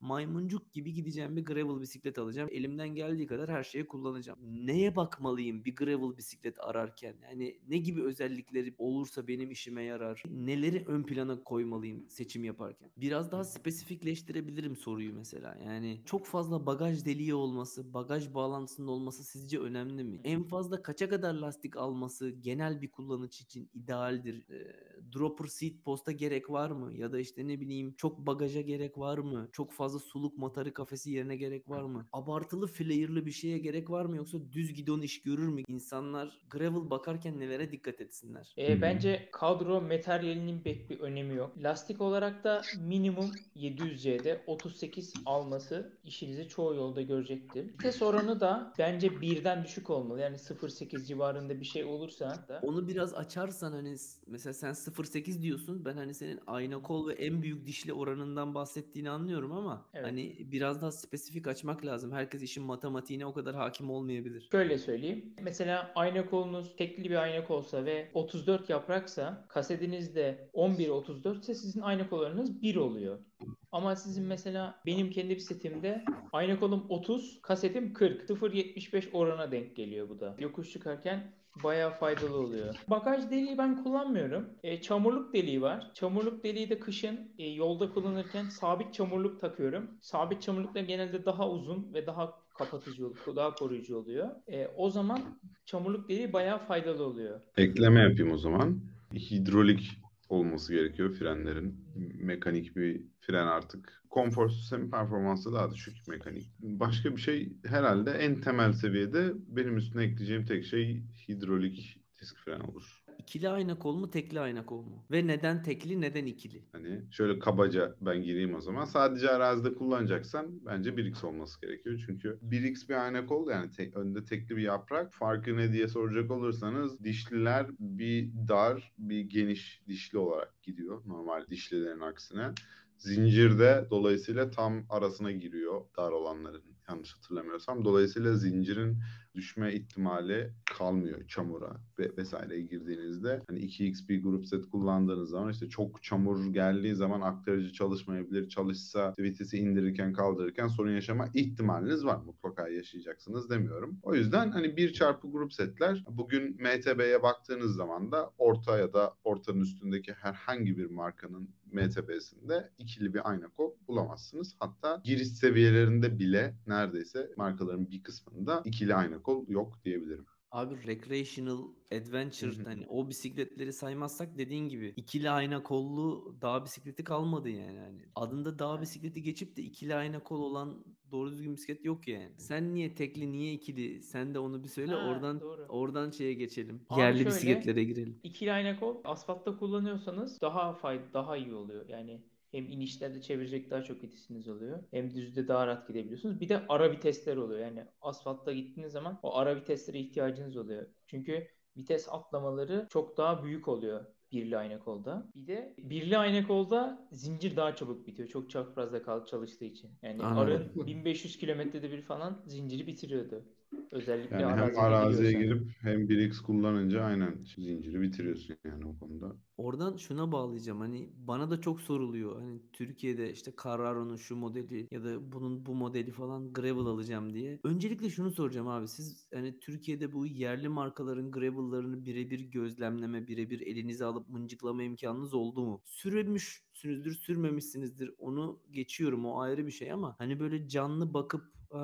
maymuncuk gibi gideceğim, bir gravel bisiklet alacağım. Elimden geldiği kadar her şeye kullanacağım. Neye bakmalıyım bir gravel bisiklet ararken? Yani ne gibi özellikleri olursa benim işime yarar? Neleri ön plana koymalıyım seçim yaparken? Biraz daha spesifikleştirebilirim soruyu mesela. Yani çok fazla bagaj deliği olması, bagaj bağlantısının olması sizce önemli mi? En fazla kaça kadar lastik alması genel bir kullanıcı için idealdir? Dropper seat post'a gerek var mı? Ya da işte ne bileyim, çok bagaja gerek var mı? Çok fazla suluk motoru kafesi yerine gerek var mı? Abartılı flare'lı bir şeye gerek var mı? Yoksa düz gidon iş görür mü? İnsanlar gravel bakarken nelere dikkat etsinler? Bence kadro materyalinin pek bir önemi yok. Lastik olarak da minimum 700C'de 38 alması işinizi çoğu yolda görecektir. Vites oranı da bence birden düşük olmalı. Yani 0,8 civarında bir şey olursa da. Onu biraz açarsan, hani mesela sen 0.8 diyorsun. Ben hani senin ayna kol ve en büyük dişli oranından bahsettiğini anlıyorum ama Evet. hani biraz daha spesifik açmak lazım. Herkes işin matematiğine o kadar hakim olmayabilir. Şöyle söyleyeyim. Mesela ayna kolunuz tekli bir ayna kolsa ve 34 yapraksa kasetiniz de 11-34 ise sizin ayna kollarınız 1 oluyor. Ama sizin mesela benim kendi bisikletimde ayna kolum 30, kasetim 40. 0,75 orana denk geliyor bu da. Yokuş çıkarken bayağı faydalı oluyor. Bagaj deliği ben kullanmıyorum. Çamurluk deliği var. Çamurluk deliği de kışın yolda kullanırken sabit çamurluk takıyorum. Sabit çamurluklar genelde daha uzun ve daha kapatıcı oluyor, daha koruyucu oluyor. O zaman çamurluk deliği bayağı faydalı oluyor. Ekleme yapayım o zaman. Hidrolik olması gerekiyor frenlerin. Mekanik bir fren artık. Konfor sistemi performansı daha düşük mekanik. Başka bir şey herhalde en temel seviyede benim üstüne ekleyeceğim tek şey hidrolik disk fren olur. İkili ayna kol mu, tekli ayna kol mu? Ve neden tekli, neden ikili? Hani şöyle kabaca ben gireyim o zaman. Sadece arazide kullanacaksan bence 1x olması gerekiyor. Çünkü 1x bir ayna kol, yani önde tekli bir yaprak. Farkı ne diye soracak olursanız, dişliler bir dar bir geniş dişli olarak gidiyor normal dişlilerin aksine. Zincirde dolayısıyla tam arasına giriyor dar olanların, yanlış hatırlamıyorsam. Dolayısıyla zincirin düşme ihtimali kalmıyor çamura ve vesaireye girdiğinizde. Hani 2x bir grup set kullandığınız zaman işte çok çamur geldiği zaman aktarıcı çalışmayabilir. Çalışsa vitesi indirirken kaldırırken sorun yaşama ihtimaliniz var. Mutlaka yaşayacaksınız demiyorum. O yüzden hani 1x grup setler, bugün MTB'ye baktığınız zaman da orta ya da ortanın üstündeki herhangi bir markanın MTB'sinde ikili bir ayna kol bulamazsınız. Hatta giriş seviyelerinde bile neredeyse markaların bir kısmında ikili ayna kol yok diyebilirim. Abi recreational, adventure, hani o bisikletleri saymazsak dediğin gibi ikili ayna kollu dağ bisikleti kalmadı yani. Yani adında dağ bisikleti geçip de ikili ayna kol olan doğru düzgün bisiklet yok yani. Sen niye tekli, niye ikili? Sen de onu bir söyle, Ha, oradan doğru. oradan şeye geçelim. Abi Yerli şöyle, bisikletlere girelim. ikili ayna kol asfaltta kullanıyorsanız daha iyi oluyor. Yani hem inişlerde çevirecek daha çok vitesiniz oluyor. Hem düzde daha rahat gidebiliyorsunuz. Bir de ara vitesler oluyor. Yani asfaltta gittiğiniz zaman o ara viteslere ihtiyacınız oluyor. Çünkü vites atlamaları çok daha büyük oluyor birli ayna kolda. Bir de birli ayna kolda zincir daha çabuk bitiyor. Çok çaprazda çalıştığı için. Yani arın Anladım. 1500 kilometrede bir falan zinciri bitiriyordu. Özellikle Yani hem arazide araziye gidiyorsan. girip hem 1x kullanınca aynen zinciri bitiriyorsun yani o konuda. Oradan şuna bağlayacağım, hani bana da çok soruluyor, hani Türkiye'de işte Carraro'nun şu modeli ya da bunun bu modeli falan gravel alacağım diye. Öncelikle şunu soracağım abi, siz hani Türkiye'de bu yerli markaların gravel'larını birebir gözlemleme, birebir elinize alıp mıncıklama imkanınız oldu mu? Sürmüşsünüzdür, sürmemişsinizdir, onu geçiyorum, o ayrı bir şey, ama hani böyle canlı bakıp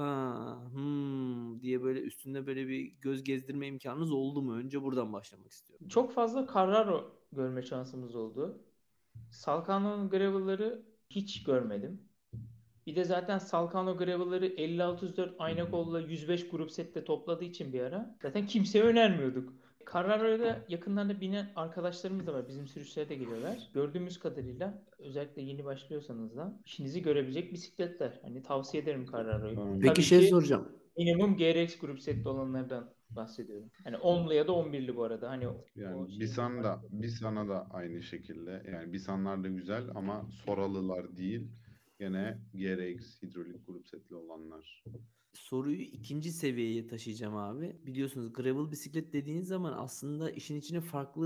diye böyle üstünde böyle bir göz gezdirme imkanınız oldu mu? Önce buradan başlamak istiyorum. Çok fazla Carraro görme şansımız oldu. Salkano'nun gravel'ları hiç görmedim. Bir de zaten Salkano gravel'ları 50-64 ayna kolla 105 grup sette topladığı için bir ara zaten kimseye önermiyorduk. Carraro'ya da yakınlarda binen arkadaşlarımız da var. Bizim sürüşlere de geliyorlar. Gördüğümüz kadarıyla özellikle yeni başlıyorsanız da işinizi görebilecek bisikletler. Hani tavsiye ederim Carraro'yu. Tamam. Peki Tabii şey ki soracağım. minimum GRX grup sette olanlardan bahsediyorum. Hani 10'lu ya da 11'li bu arada. Hani o Yani şeyin Bisan da Bisan'a da aynı şekilde. Yani Bisanlar da güzel ama Soralılar değil. Gene GRX hidrolik grup setli olanlar. Soruyu ikinci seviyeye taşıyacağım abi. Biliyorsunuz gravel bisiklet dediğiniz zaman aslında işin içine farklı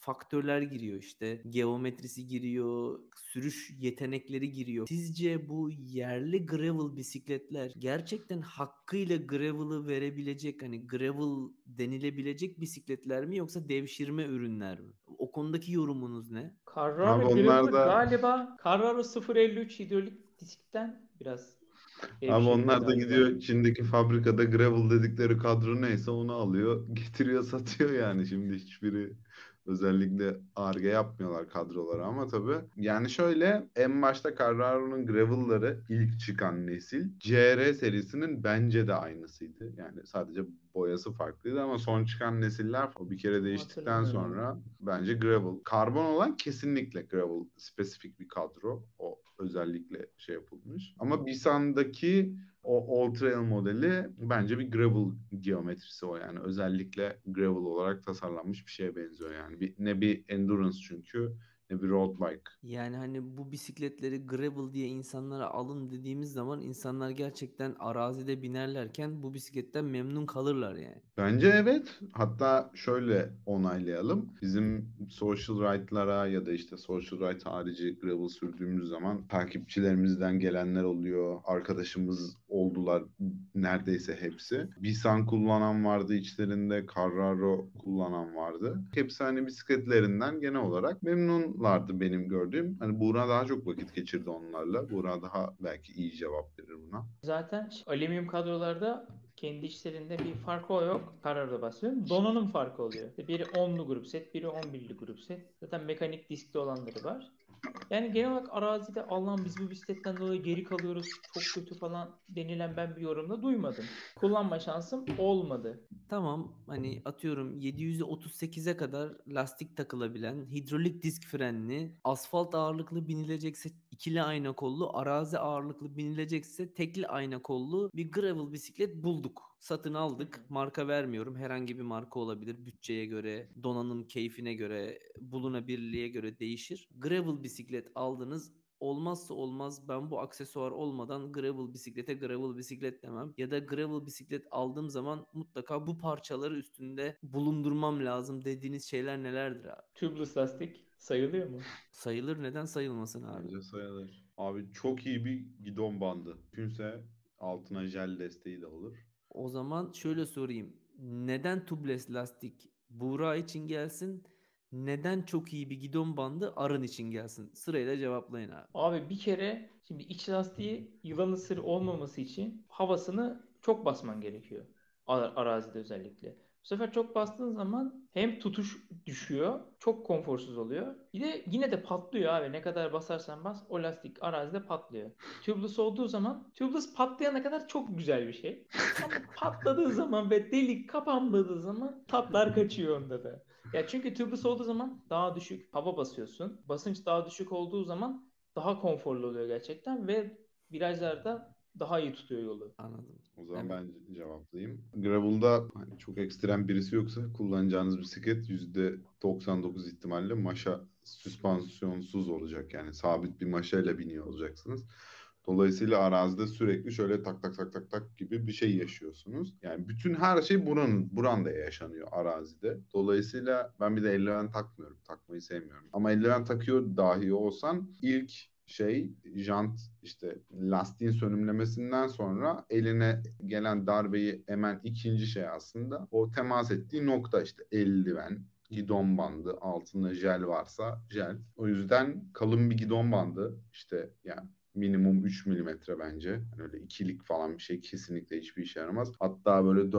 faktörler giriyor işte. Geometrisi giriyor, sürüş yetenekleri giriyor. Sizce bu yerli gravel bisikletler gerçekten hakkıyla gravel'ı verebilecek, hani gravel denilebilecek bisikletler mi yoksa devşirme ürünler mi? O konudaki yorumunuz ne? Abi Carraro onlar Gravel'ı da galiba Carraro 053 hidrolik diskten biraz Abi devşirme onlar da galiba. gidiyor Çin'deki fabrikada gravel dedikleri kadro neyse onu alıyor, getiriyor, satıyor yani. Şimdi hiçbiri özellikle Ar-Ge yapmıyorlar kadroları ama tabii. Yani şöyle, en başta Carraro'nun gravel'ları ilk çıkan nesil CR serisinin bence de aynısıydı. Yani sadece boyası farklıydı ama son çıkan nesiller o bir kere değiştikten Hatırlamıyorum ama. sonra bence gravel. Karbon olan kesinlikle gravel spesifik bir kadro. O özellikle şey yapılmış. Ama Bisan'daki o All Trail modeli bence bir gravel geometrisi o yani. Özellikle gravel olarak tasarlanmış bir şeye benziyor yani. Ne bir endurance çünkü ne bir road bike. Yani hani bu bisikletleri gravel diye insanlara alın dediğimiz zaman insanlar gerçekten arazide binerlerken bu bisikletten memnun kalırlar yani. Bence evet. Hatta şöyle onaylayalım. Bizim social right'lara ya da işte social right harici gravel sürdüğümüz zaman takipçilerimizden gelenler oluyor. Arkadaşımız oldular neredeyse hepsi. Bisan kullanan vardı içlerinde. Carraro kullanan vardı. Hepsi hani bisikletlerinden genel olarak memnunlardı benim gördüğüm. Hani Buğra daha çok vakit geçirdi onlarla. Buğra daha belki iyi cevap verir buna. Zaten alüminyum kadrolarda kendi içlerinde bir farkı o yok. Kararda bahsediyorum. Donanım farkı oluyor. Biri 10'lu grup set, biri 11'li grup set. Zaten mekanik diskli olanları var. Yani genel olarak arazide Allah'ım biz bu bisikletten dolayı geri kalıyoruz, çok kötü falan denilen ben bir yorumda duymadım. Kullanma şansım olmadı. Tamam, hani atıyorum 738'e kadar lastik takılabilen, hidrolik disk frenli, asfalt ağırlıklı binilecekse ikili ayna kollu, arazi ağırlıklı binilecekse tekli ayna kollu bir gravel bisiklet bulduk. Satın aldık. Marka vermiyorum. Herhangi bir marka olabilir. Bütçeye göre, donanım keyfine göre, bulunabilirliğe göre değişir. Gravel bisiklet aldınız. Olmazsa olmaz, ben bu aksesuar olmadan gravel bisiklete gravel bisiklet demem. Ya da gravel bisiklet aldığım zaman mutlaka bu parçaları üstünde bulundurmam lazım dediğiniz şeyler nelerdir abi? Tubeless lastik sayılıyor mu? Sayılır, neden sayılmasın abi? Bence sayılır. Abi çok iyi bir gidon bandı. Mümkünse altına jel desteği de olur. O zaman şöyle sorayım. Neden tubeless lastik Buğra için gelsin? Neden çok iyi bir gidon bandı Arın için gelsin? Sırayla cevaplayın abi. Abi bir kere şimdi iç lastiği yılan ısırı olmaması için havasını çok basman gerekiyor. Arazide özellikle. Bu sefer çok bastığın zaman hem tutuş düşüyor, çok konforsuz oluyor. Bir de yine de patlıyor abi. Ne kadar basarsan bas o lastik arazide patlıyor. Tubeless olduğu zaman, tubeless patlayana kadar çok güzel bir şey. Ama patladığı zaman ve delik kapanmadığı zaman tatlar kaçıyor onda da. Ya çünkü tubeless olduğu zaman daha düşük hava basıyorsun. Basınç daha düşük olduğu zaman daha konforlu oluyor gerçekten ve virajlarda daha iyi tutuyor yolu. Anladım. O zaman Evet. ben cevaplayayım. Gravel'da hani çok ekstrem birisi yoksa kullanacağınız bisiklet %99 ihtimalle maşa süspansiyonsuz olacak. Yani sabit bir maşayla biniyor olacaksınız. Dolayısıyla arazide sürekli şöyle tak tak tak tak tak gibi bir şey yaşıyorsunuz. Yani bütün her şey buranda yaşanıyor arazide. Dolayısıyla ben bir de eldiven takmıyorum. Takmayı sevmiyorum. Ama eldiven takıyor dahi olsan ilk jant işte lastiğin sönümlemesinden sonra eline gelen darbeyi emen ikinci şey aslında o temas ettiği nokta işte eldiven, gidon bandı, altında jel varsa jel. O yüzden kalın bir gidon bandı işte yani minimum 3 milimetre bence. Yani öyle ikilik falan bir şey kesinlikle hiçbir işe yaramaz. Hatta böyle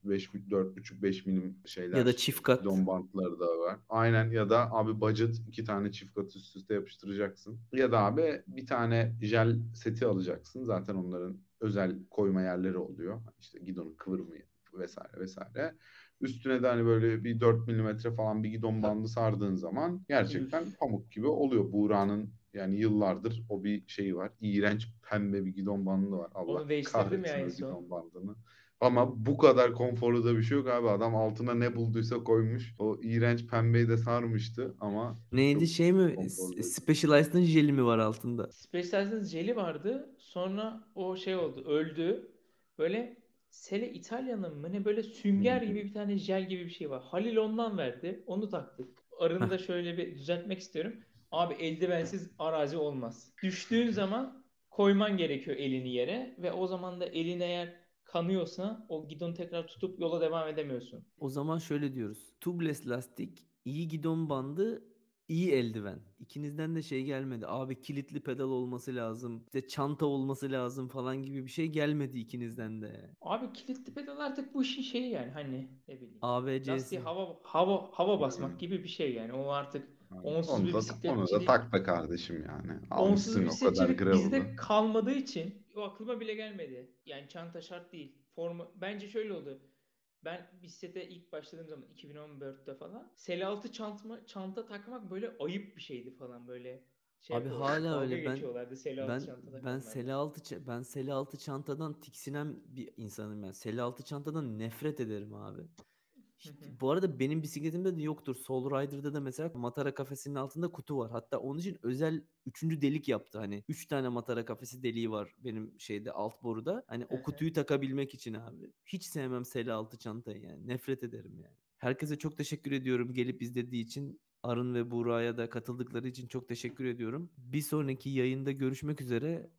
4,5 milim Ya da şeyler çift kat. gidon bantları da var. Aynen ya da abi budget 2 tane çift kat üst üste yapıştıracaksın. Ya da abi bir tane jel seti alacaksın. Zaten onların özel koyma yerleri oluyor. İşte gidonun kıvırımı vesaire vesaire. Üstüne de hani böyle bir 4 milimetre falan bir gidon bandı sardığın zaman gerçekten Üf. pamuk gibi oluyor. Buğra'nın yani yıllardır o bir şeyi var. İğrenç pembe bir gidon bandı var. Allah Onu değiştirdim ya kahretsin en o son. gidon bandını. Ama bu kadar konforlu da bir şey yok abi. Adam altına ne bulduysa koymuş. O iğrenç pembeyi de sarmıştı ama Neydi, çok şey mi? konforluydu. Specialized'ın jeli mi var altında? Specialized jeli vardı. Sonra o şey oldu. Öldü. Böyle Sele İtalya'nın mı ne böyle sünger gibi bir tane jel gibi bir şey var. Halil ondan verdi. Onu taktık. Arın'ı da şöyle bir düzeltmek istiyorum. Abi eldivensiz arazi olmaz. Düştüğün zaman koyman gerekiyor elini yere ve o zaman da elin eğer kanıyorsa o gidonu tekrar tutup yola devam edemiyorsun. O zaman şöyle diyoruz. Tubeless lastik, iyi gidon bandı, iyi eldiven. İkinizden de şey gelmedi. Abi kilitli pedal olması lazım. İşte çanta olması lazım falan gibi bir şey gelmedi ikinizden de. Abi kilitli pedal artık bu işin şeyi yani hani ne bileyim. Lastiği ABC'si. hava basmak Hmm. gibi bir şey yani. O artık Yani onsuz bir onu da bisikletçilik. tak be kardeşim yani. Onsuz bir Almışsın o kadar bisikletçilik gravel'ı. bizde kalmadığı için o aklıma bile gelmedi. Yani çanta şart değil. Bence şöyle oldu. Ben bisiklete ilk başladığım zaman 2014'te falan sel altı çanta takmak böyle ayıp bir şeydi falan böyle şey Abi yapıyorlardı. hala Dalga öyle. geçiyorlardı sel altı çanta takanlarla. Ben sele altı çantadan tiksinen bir insanım ben. Sele altı çantadan nefret ederim abi. Bu arada benim bisikletimde de yoktur. Soul Rider'da da mesela matara kafesinin altında kutu var. Hatta onun için özel üçüncü delik yaptı. Hani 3 tane matara kafesi deliği var benim şeyde alt boruda. Hani o kutuyu takabilmek için abi. Hiç sevmem sele altı çantayı yani. Nefret ederim yani. Herkese çok teşekkür ediyorum gelip izlediği için. Arın ve Buğra'ya da katıldıkları için çok teşekkür ediyorum. Bir sonraki yayında görüşmek üzere.